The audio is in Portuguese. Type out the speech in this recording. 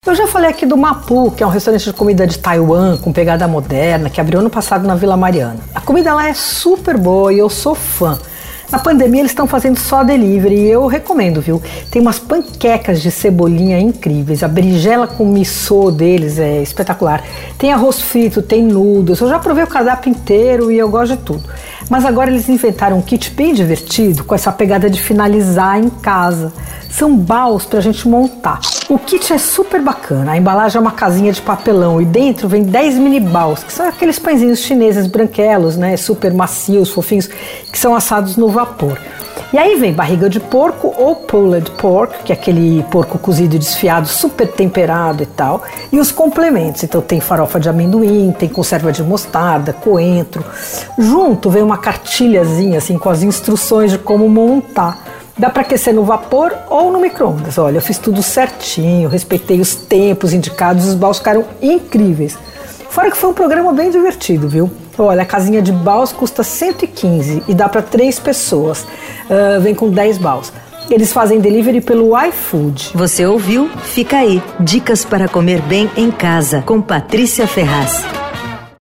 Eu já falei aqui do Mapu, que é um restaurante de comida de Taiwan, com pegada moderna, que abriu ano passado na Vila Mariana. A comida lá é super boa e eu sou fã. Na pandemia eles estão fazendo só delivery e eu recomendo, viu? Tem umas panquecas de cebolinha incríveis, a berinjela com missô deles é espetacular. Tem arroz frito, tem noodles, eu já provei o cardápio inteiro e eu gosto de tudo. Mas agora eles inventaram um kit bem divertido com essa pegada de finalizar em casa. São baús pra gente montar. O kit é super bacana, a embalagem é uma casinha de papelão e dentro vem 10 mini baús, que são aqueles pãezinhos chineses branquelos, né, super macios, fofinhos, que são assados no vapor. E aí vem barriga de porco ou pulled pork, que é aquele porco cozido e desfiado, super temperado e tal, e os complementos. Então tem farofa de amendoim, tem conserva de mostarda, coentro. Junto vem uma cartilhazinha assim com as instruções de como montar. Dá para aquecer no vapor ou no micro-ondas. Olha, eu fiz tudo certinho, respeitei os tempos indicados, os baús ficaram incríveis. Fora que foi um programa bem divertido, viu? Olha, a casinha de baús custa 115 e dá para 3 pessoas. Vem com 10 baús. Eles fazem delivery pelo iFood. Você ouviu? Fica aí. Dicas para comer bem em casa, com Patrícia Ferraz.